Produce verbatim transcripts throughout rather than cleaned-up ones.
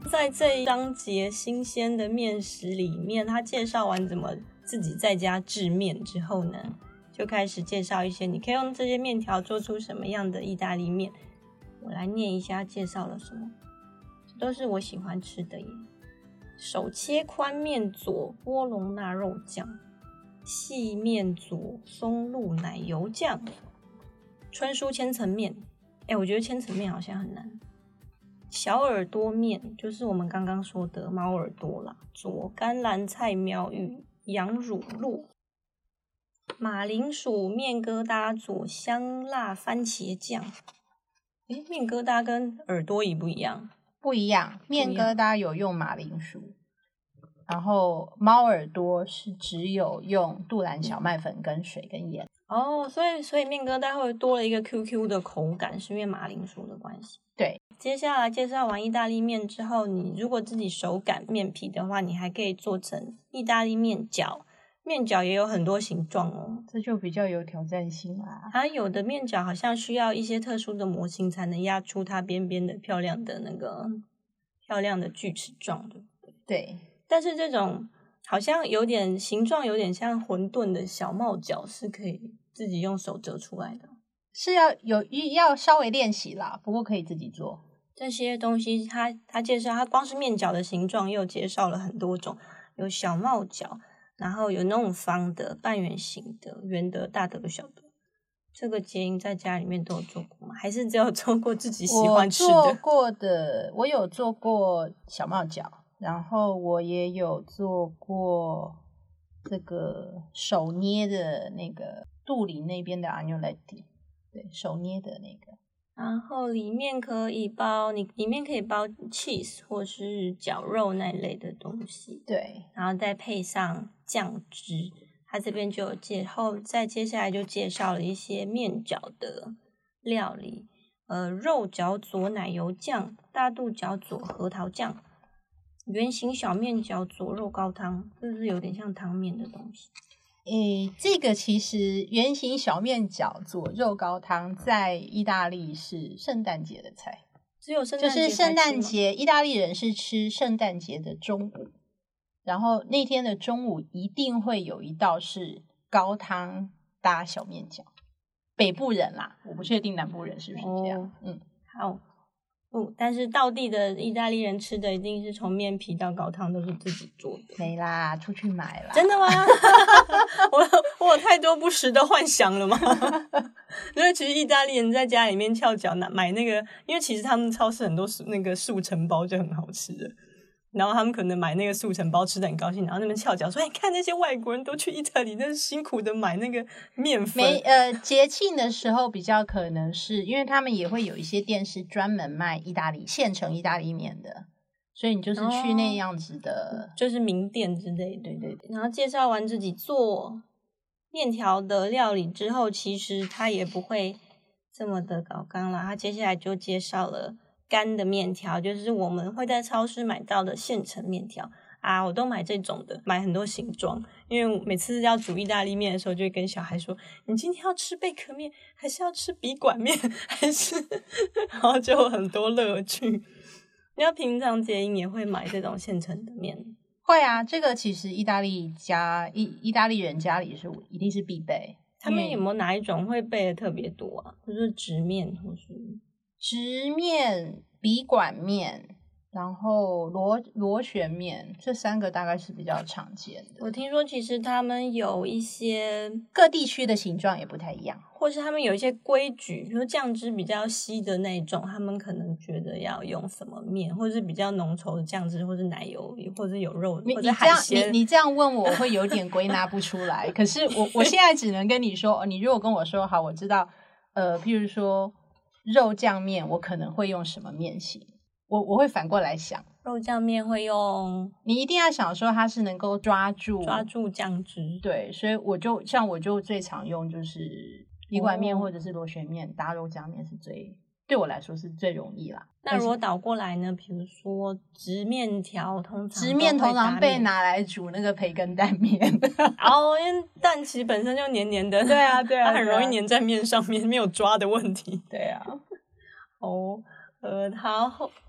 在这一章节新鲜的面食里面，他介绍完怎么自己在家制面之后呢，就开始介绍一些你可以用这些面条做出什么样的意大利面。我来念一下介绍了什么，这都是我喜欢吃的耶。手切宽面佐波隆纳肉酱，细面佐松露奶油酱，春蔬千层面。哎，我觉得千层面好像很难。小耳朵面就是我们刚刚说的猫耳朵啦，佐甘蓝菜苗芋羊乳酪，马铃薯面疙瘩佐香辣番茄酱。诶，面疙瘩跟耳朵一不一样？ 不一样，面疙瘩有用马铃薯，然后猫耳朵是只有用杜兰小麦粉跟水跟盐。 哦，所以所以面疙瘩会多了一个 Q Q 的口感，是因为马铃薯的关系。 对， 接下来介绍完意大利面之后，你如果自己手擀面皮的话，你还可以做成意大利面饺。面饺也有很多形状哦， 这就比较有挑战性啦。 它有的面饺好像需要一些特殊的模型才能压出它边边的漂亮的那个漂亮的锯齿状，对不对？ 对， 但是这种好像有点形状有点像馄饨的小帽饺是可以自己用手折出来的， 是要有要稍微练习啦，不过可以自己做。 这些东西他他介绍，他光是面饺的形状又介绍了很多种，有小帽饺，然后有那种方的、半圆形的、圆的、大的、小的。这个杰英在家里面都有做过吗？还是只有做过自己喜欢吃的？ 我做过的，我有做过小帽饺，然后我也有做过这个手捏的那个杜林那边的 agnolotti， 对，手捏的那个。 然后里面可以包，你里面可以包 cheese 或是绞肉那类的东西， 对， 然后再配上酱汁。他这边就有介后，再接下来就介绍了一些面饺的料理，呃，肉饺佐奶油酱，大肚饺佐核桃酱，圆形小面饺佐肉高汤，这是有点像汤面的东西。 诶，这个其实圆形小面饺佐肉高汤在意大利是圣诞节的菜， 只有圣诞节就是圣诞节，意大利人是吃圣诞节的中午，然后那天的中午一定会有一道是高汤搭小面饺。北部人啦，我不确定南部人是不是这样。哦、嗯， 好。不，但是道地的意大利人吃的一定是从面皮到高汤都是自己做的。 没啦，出去买啦。 真的吗？我我有太多不实的幻想了吗？因为其实意大利人在家里面翘脚买那个，因为其实他们超市很多那个速成包就很好吃的。然后他们可能买那个速成包吃得很高兴，然后那边翘脚说：“你看那些外国人都去意大利，那是辛苦的买那个面粉。” 没呃，节庆的时候比较可能是因为他们也会有一些店是专门卖意大利现成意大利面的，所以你就是去那样子的， 哦、就是名店之类的。对对对。然后介绍完自己做面条的料理之后，其实他也不会这么的搞纲了，他接下来就介绍了干的面条，就是我们会在超市买到的现成面条啊，我都买这种的，买很多形状，因为每次要煮意大利面的时候，就会跟小孩说：“你今天要吃贝壳面，还是要吃笔管面，还是？”然后就有很多乐趣。你要平常杰英也会买这种现成的面？ 会啊，这个其实意大利家意意大利人家里是一定是必备。 他们有没有哪一种会备的特别多啊？就是直面或是？ 直面、笔管面，然后螺螺旋面，这三个大概是比较常见的。 我听说其实他们有一些各地区的形状也不太一样， 或是他们有一些规矩，比如酱汁比较稀的那种，他们可能觉得要用什么面，或是比较浓稠的酱汁，或是奶油，或是有肉，或者海鲜。 你你这样问我，我会有点归纳不出来。可是我我现在只能跟你说，你如果跟我说好，我知道，呃，譬如说。肉酱面我可能会用什么面型，我我会反过来想， 肉酱面会用， 你一定要想说它是能够抓住抓住酱汁， 对，所以我就像我就最常用就是笔管面或者是螺旋面搭肉酱面是最对我来说是最容易啦。 那如果倒过来呢？比如说直面条，通常直面通常被拿来煮那个培根蛋面， 哦，因为蛋其实本身就黏黏的， 对啊对啊， 它很容易粘在面上面，没有抓的问题。 对啊， 哦，呃，好，后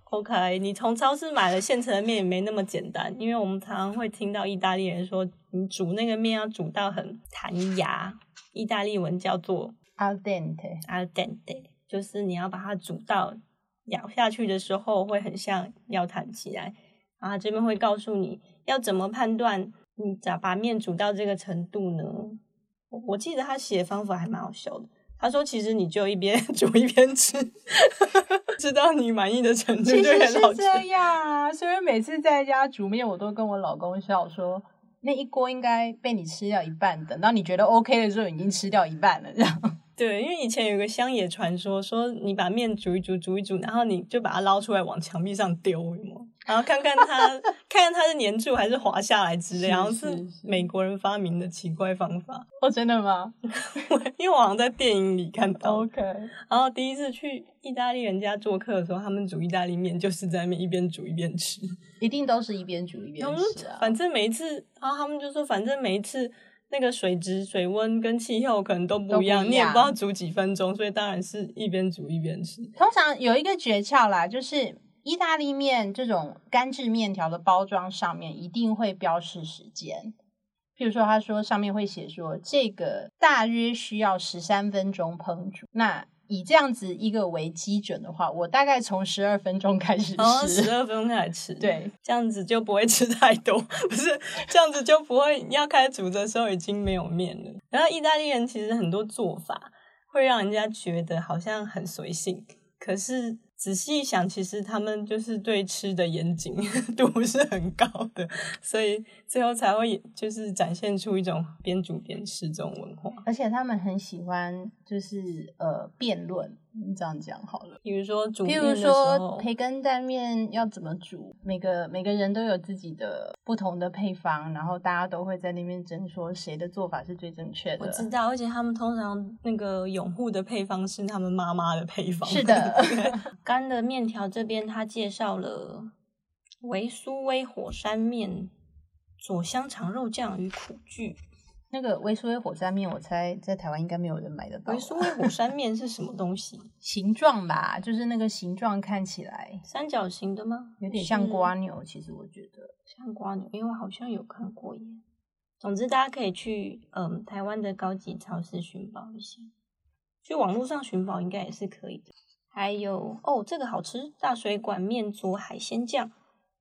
OK， 你从超市买了现成的面也没那么简单，因为我们常常会听到意大利人说，你煮那个面要煮到很弹牙，意大利文叫做 al dente al dente， 就是你要把它煮到咬下去的时候会很像要弹起来。然后这边会告诉你要怎么判断你咋把面煮到这个程度呢？我我记得他写的方法还蛮好笑的。他说其实你就一边煮一边吃吃到你满意的程度就很好吃。 其实是这样啊，所以每次在家煮面我都跟我老公笑说那一锅应该被你吃掉一半，等到你觉得 OK 的时候已经吃掉一半了这样。 对，因为以前有个乡野传说，说你把面煮一煮煮一煮，然后你就把它捞出来往墙壁上丢，有没有？然后看看它看看它是粘住还是滑下来之类，然后是美国人发明的奇怪方法。 哦，真的吗？ 因为我好像在电影里看到。 OK。 然后第一次去意大利人家做客的时候，他们煮意大利面就是在那边一边煮一边吃， 一定都是一边煮一边吃啊。 反正每一次，然后他们就说，反正每一次那个水质、水温跟气候可能都不一样，你也不知道煮几分钟，所以当然是一边煮一边吃。 通常有一个诀窍啦，就是意大利面这种干制面条的包装上面一定会标示时间，譬如说他说上面会写说这个大约需要十三分钟烹煮，那以这样子一个为基准的话，我大概从十二分钟开始吃。 哦，十二分钟开始吃， 对， 这样子就不会吃太多，不是这样子就不会要开始煮的时候已经没有面了。然后意大利人其实很多做法会让人家觉得好像很随性，可是仔细一想，其实他们就是对吃的严谨度是很高的，所以最后才会就是展现出一种边煮边吃这种文化。 而且他们很喜欢就是呃辩论，你这样讲好了。 比如说煮面的时候，比如说培根蛋面要怎么煮，每个每个人都有自己的不同的配方，然后大家都会在那边争说谁的做法是最正确的。 我知道，而且他们通常那个拥护的配方是他们妈妈的配方。 是的。 干的面条这边他介绍了维苏威火山面、佐香肠肉酱与苦苣。 那个维苏威火山面我猜在台湾应该没有人买得到。 维苏威火山面是什么东西？ 形状吧，就是那个形状看起来三角形的吗？ 有点像蝸牛，其实我觉得像蝸牛，因为我好像有看过耶。总之大家可以去嗯台湾的高级超市寻宝一下，去网络上寻宝应该也是可以的。还有哦，这个好吃，大水管面佐海鲜酱。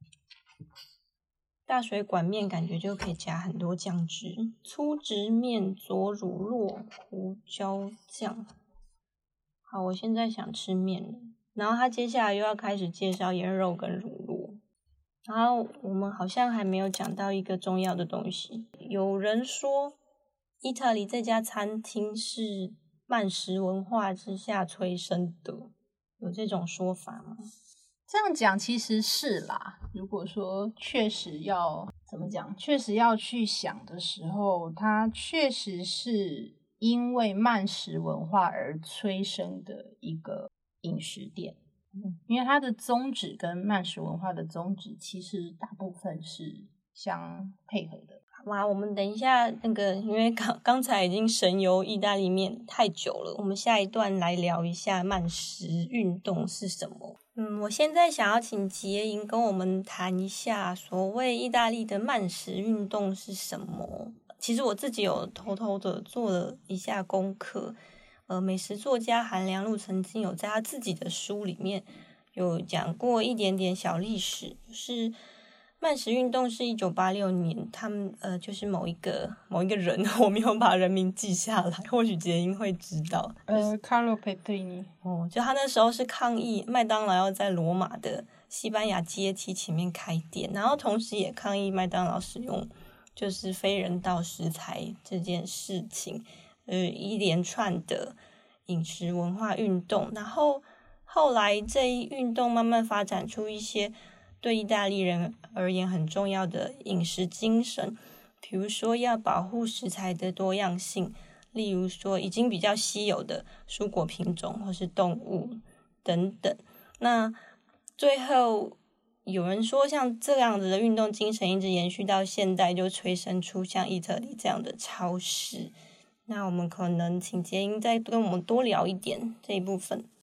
大水管面感觉就可以加很多酱汁。粗直面佐乳酪胡椒酱。好，我现在想吃面了。然后他接下来又要开始介绍腌肉跟乳酪。然后我们好像还没有讲到一个重要的东西。有人说，意大利这家餐厅是慢食文化之下催生的。有这种说法吗？ 这样讲其实是啦，如果说确实要怎么讲，确实要去想的时候，它确实是因为慢食文化而催生的一个饮食店。嗯，因为它的宗旨跟慢食文化的宗旨其实大部分是相配合的。 哇，我们等一下那个，因为刚刚才已经神游意大利面太久了，我们下一段来聊一下慢食运动是什么。嗯，我现在想要请杰莹跟我们谈一下所谓意大利的慢食运动是什么。其实我自己有偷偷的做了一下功课，呃，美食作家韩良露曾经有在他自己的书里面有讲过一点点小历史，就是慢食运动是一九八六年，他们呃就是某一个某一个人，我没有把人名记下来，或许杰英会知道。 呃，卡洛佩特尼。 哦，就他那时候是抗议麦当劳要在罗马的西班牙阶梯前面开店，然后同时也抗议麦当劳使用就是非人道食材这件事情，呃，一连串的饮食文化运动，然后后来这一运动慢慢发展出一些对意大利人而言很重要的饮食精神，比如说要保护食材的多样性，例如说已经比较稀有的蔬果品种或是动物等等。那最后有人说像这样子的运动精神一直延续到现代，就催生出像意大利这样的超市。那我们可能请杰英再跟我们多聊一点这一部分。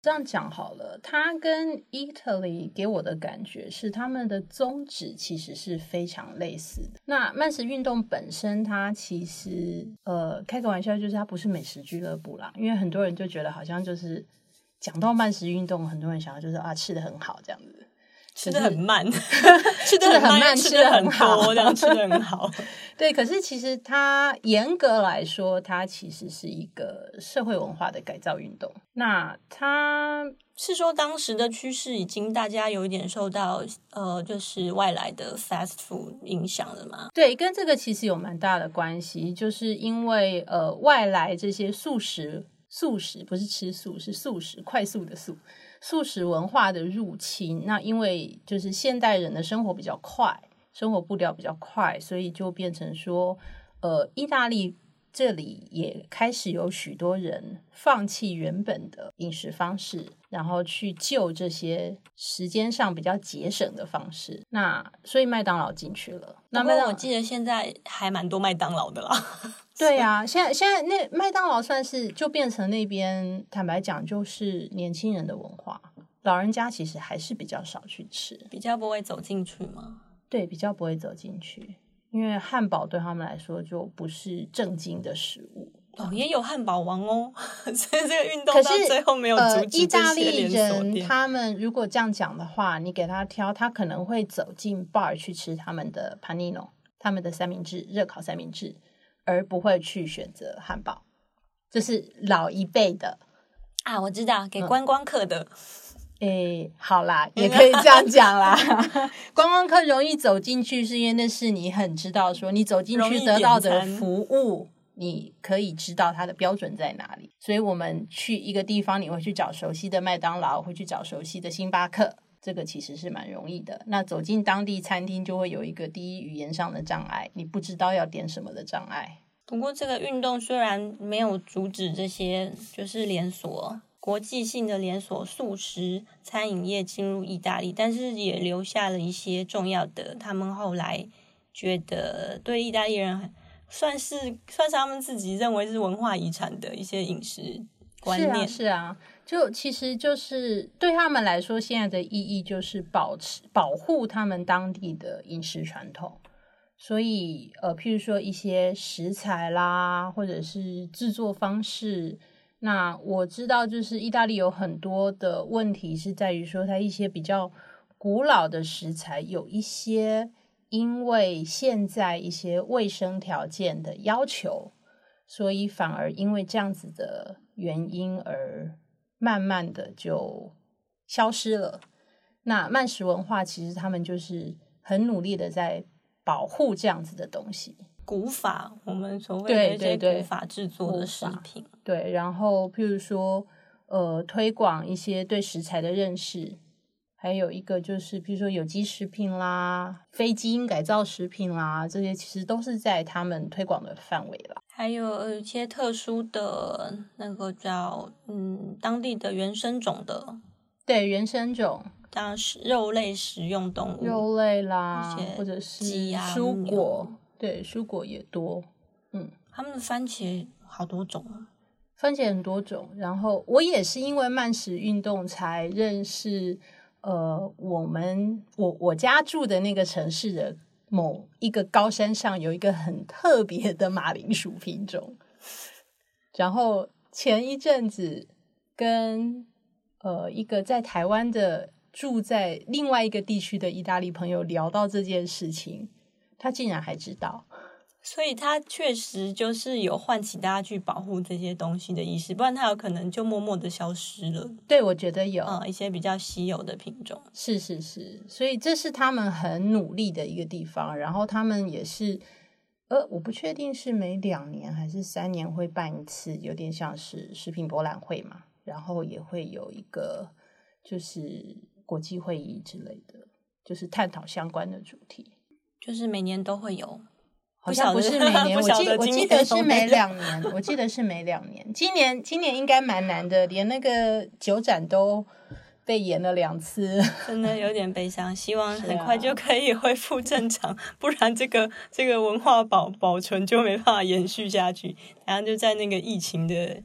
这样讲好了，它跟 Italy 给我的感觉是他们的宗旨其实是非常类似的。那慢食运动本身它其实呃开个玩笑，就是它不是美食俱乐部啦，因为很多人就觉得好像就是讲到慢食运动，很多人想要就是啊吃得很好这样子， 吃得很慢吃得很慢吃得很好这样吃得很好对，可是其实它严格来说它其实是一个社会文化的改造运动。那它是说当时的趋势已经大家有一点受到呃就是外来的 fast food 影响了吗？ 对，跟这个其实有蛮大的关系，就是因为呃外来这些素食素食不是吃素，是素食，快速的素素食文化的入侵。那因为就是现代人的生活比较快，生活步调比较快，所以就变成说呃意大利这里也开始有许多人放弃原本的饮食方式，然后去救这些时间上比较节省的方式。那所以麦当劳进去了。那不过我记得现在还蛮多麦当劳的啦对啊，现在现在那麦当劳算是就变成那边，坦白讲就是年轻人的文化，老人家其实还是比较少去吃， 比较不会走进去吗？ 对，比较不会走进去，因为汉堡对他们来说就不是正经的食物。 哦，也有汉堡王哦，所以这个运动到最后没有阻止这些连锁店。 呃、意大利人他们如果这样讲的话，你给他挑，他可能会走进 bar 去吃他们的 panino， 他们的三明治，热烤三明治，而不会去选择汉堡。这是老一辈的啊，我知道，给观光客的。 诶、嗯，好啦，也可以这样讲啦。观光客容易走进去，是因为那是你很知道说，你走进去得到的服务，你可以知道它的标准在哪里。所以我们去一个地方，你会去找熟悉的麦当劳，会去找熟悉的星巴克，这个其实是蛮容易的。那走进当地餐厅，就会有一个第一语言上的障碍，你不知道要点什么的障碍。 不过这个运动虽然没有阻止这些就是连锁国际性的连锁素食餐饮业进入意大利，但是也留下了一些重要的，他们后来觉得对意大利人算是算是他们自己认为是文化遗产的一些饮食观念。 是啊，是啊，就其实就是对他们来说，现在的意义就是保持保护他们当地的饮食传统。所以呃，譬如说一些食材啦，或者是制作方式，那我知道就是意大利有很多的问题是在于说它一些比较古老的食材有一些因为现在一些卫生条件的要求，所以反而因为这样子的原因而慢慢的就消失了。那慢食文化其实他们就是很努力的在保护这样子的东西， 古法，我们所谓的一些古法制作的食品。 对, 对, 对，然后譬如说呃，推广一些对食材的认识，还有一个就是譬如说有机食品啦，非基因改造食品啦，这些其实都是在他们推广的范围啦。 还有一些特殊的那个叫嗯当地的原生种的， 对，原生种像肉类食用动物， 肉类啦，或者是蔬果，对，蔬果也多。嗯， 他们的番茄好多种啊， 番茄很多种。然后我也是因为慢食运动才认识，呃，我们我我家住的那个城市的某一个高山上有一个很特别的马铃薯品种。然后前一阵子跟呃一个在台湾的住在另外一个地区的意大利朋友聊到这件事情，他竟然还知道。 所以他确实就是有唤起大家去保护这些东西的意识，不然他有可能就默默的消失了。 对，我觉得有、 嗯、一些比较稀有的品种。 是是是，所以这是他们很努力的一个地方。然后他们也是呃，我不确定是每两年还是三年会办一次，有点像是食品博览会嘛，然后也会有一个就是国际会议之类的，就是探讨相关的主题， 就是每年都会有。 好像不是每年，我记我记得是每两年，我记得是每两年。今年今年应该蛮难的，连那个酒展都被延了两次， 真的有点悲伤。希望很快就可以恢复正常，啊、不然这个这个文化保保存就没办法延续下去。然后就在那个疫情的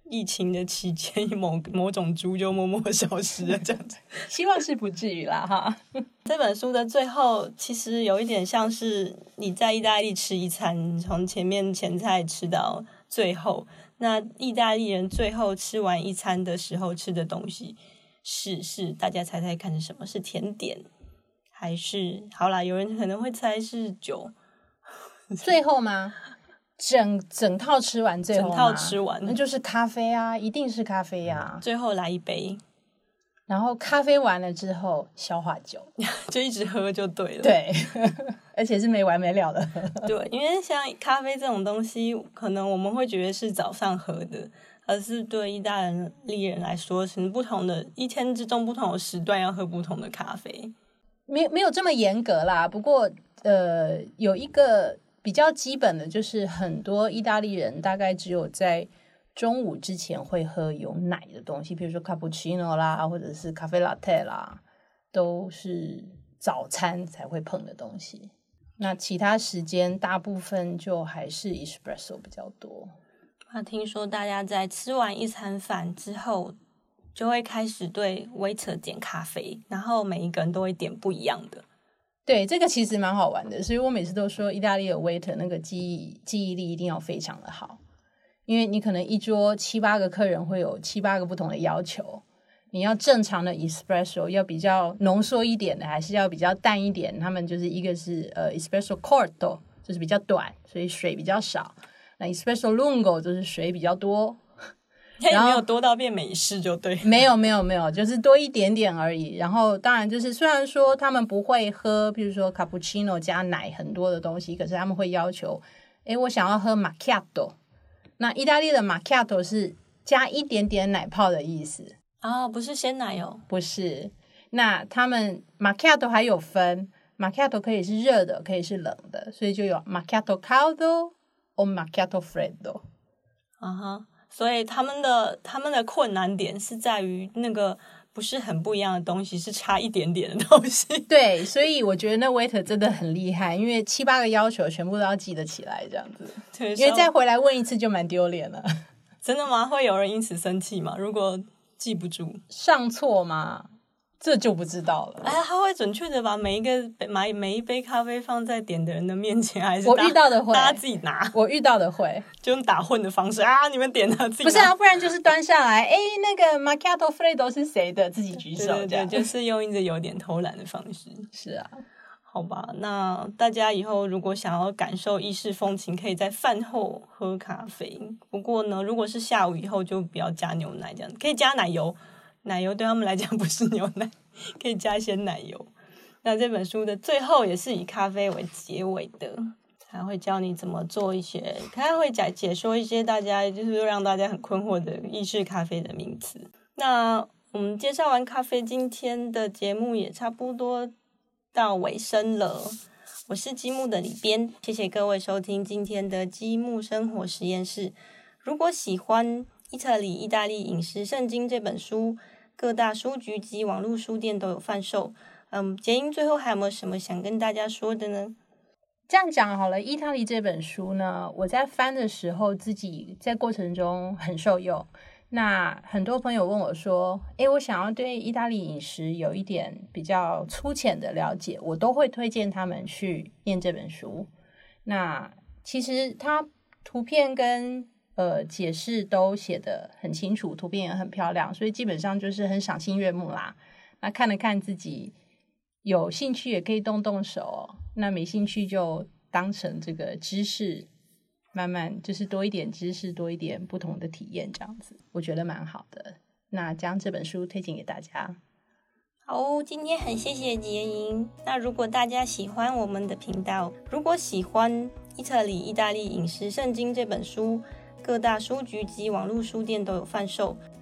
疫情的期间某某种猪就默默消失了这样子。 希望是不至于啦哈。 这本书的最后其实有一点像是你在意大利吃一餐，从前面前菜吃到最后，那意大利人最后吃完一餐的时候吃的东西是是大家猜猜看是什么？是甜点还是好啦，有人可能会猜是酒。 最后吗？整整套吃完最后吗？ 整套吃完那就是咖啡啊，一定是咖啡啊。 最后来一杯， 然后咖啡完了之后消化酒就一直喝就对了。 对而且是没完没了的对，因为像咖啡这种东西可能我们会觉得是早上喝的，而是对意大利人来说是不同的，一天之中不同的时段要喝不同的咖啡。 没没有这么严格啦，不过呃，有一个比较基本的就是很多意大利人大概只有在中午之前会喝有奶的东西，比如说卡布奇诺啦，或者是咖啡拉特啦，都是早餐才会碰的东西。那其他时间大部分就还是 espresso 比较多。 那听说大家在吃完一餐饭之后就会开始对 waiter 点咖啡，然后每一个人都会点不一样的。 对，这个其实蛮好玩的，所以我每次都说意大利的 waiter 那个记忆记忆力一定要非常的好，因为你可能一桌七八个客人会有七八个不同的要求，你要正常的 espresso 要比较浓缩一点的，还是要比较淡一点，他们就是一个是呃 espresso corto 就是比较短，所以水比较少，那 espresso lungo 就是水比较多， 也没有多到变美式就对。 没有没有没有，就是多一点点而已。然后当然就是虽然说他们不会喝比如说 cappuccino 加奶很多的东西，可是他们会要求诶我想要喝 macchiato， 那意大利的 macchiato 是加一点点奶泡的意思哦，不是鲜奶油。 不是，那他们 macchiato 还有分 macchiato 可以是热的可以是冷的，所以就有 macchiato caldo或 macchiato freddo。 啊哈，所以他们的他们的困难点是在于那个不是很不一样的东西，是差一点点的东西。 对，所以我觉得那 waiter 真的很厉害，因为七八个要求全部都要记得起来这样子。 对， 因为再回来问一次就蛮丢脸了。 真的吗？会有人因此生气吗？如果记不住上错吗？这就不知道了。 哎，他会准确的把每一个买每一杯咖啡放在点的人的面前，还是我遇到的会大家自己拿？ 我遇到的会就用打混的方式啊，你们点了自己拿。 不是啊，不然就是端上来，哎，那个 macchiato freddo 是谁的？自己举手， 对对对，就是用一个有点偷懒的方式。 是啊， 好吧，那大家以后如果想要感受意式风情，可以在饭后喝咖啡。不过呢，如果是下午以后，就不要加牛奶，这样可以加奶油。奶油对他们来讲不是牛奶，可以加一些奶油。那这本书的最后也是以咖啡为结尾的，还会教你怎么做一些，他会解解说一些大家就是让大家很困惑的意式咖啡的名词。那我们介绍完咖啡，今天的节目也差不多到尾声了。我是积木的里边，谢谢各位收听今天的积木生活实验室。如果喜欢意大利意大利饮食圣经这本书，各大书局及网络书店都有贩售。嗯，杰英最后还有没有什么想跟大家说的呢？ 这样讲好了，意大利这本书呢，我在翻的时候自己在过程中很受用。那很多朋友问我说，诶，我想要对意大利饮食有一点比较粗浅的了解，我都会推荐他们去念这本书。那其实它图片跟呃解释都写得很清楚，图片也很漂亮，所以基本上就是很赏心悦目啦。那看了看自己有兴趣也可以动动手，那没兴趣就当成这个知识，慢慢就是多一点知识，多一点不同的体验，这样子我觉得蛮好的。那将这本书推荐给大家。 好，今天很谢谢杰英。那如果大家喜欢我们的频道，如果喜欢《意大利意大利饮食圣经》这本书，各大书局及网络书店都有贩售。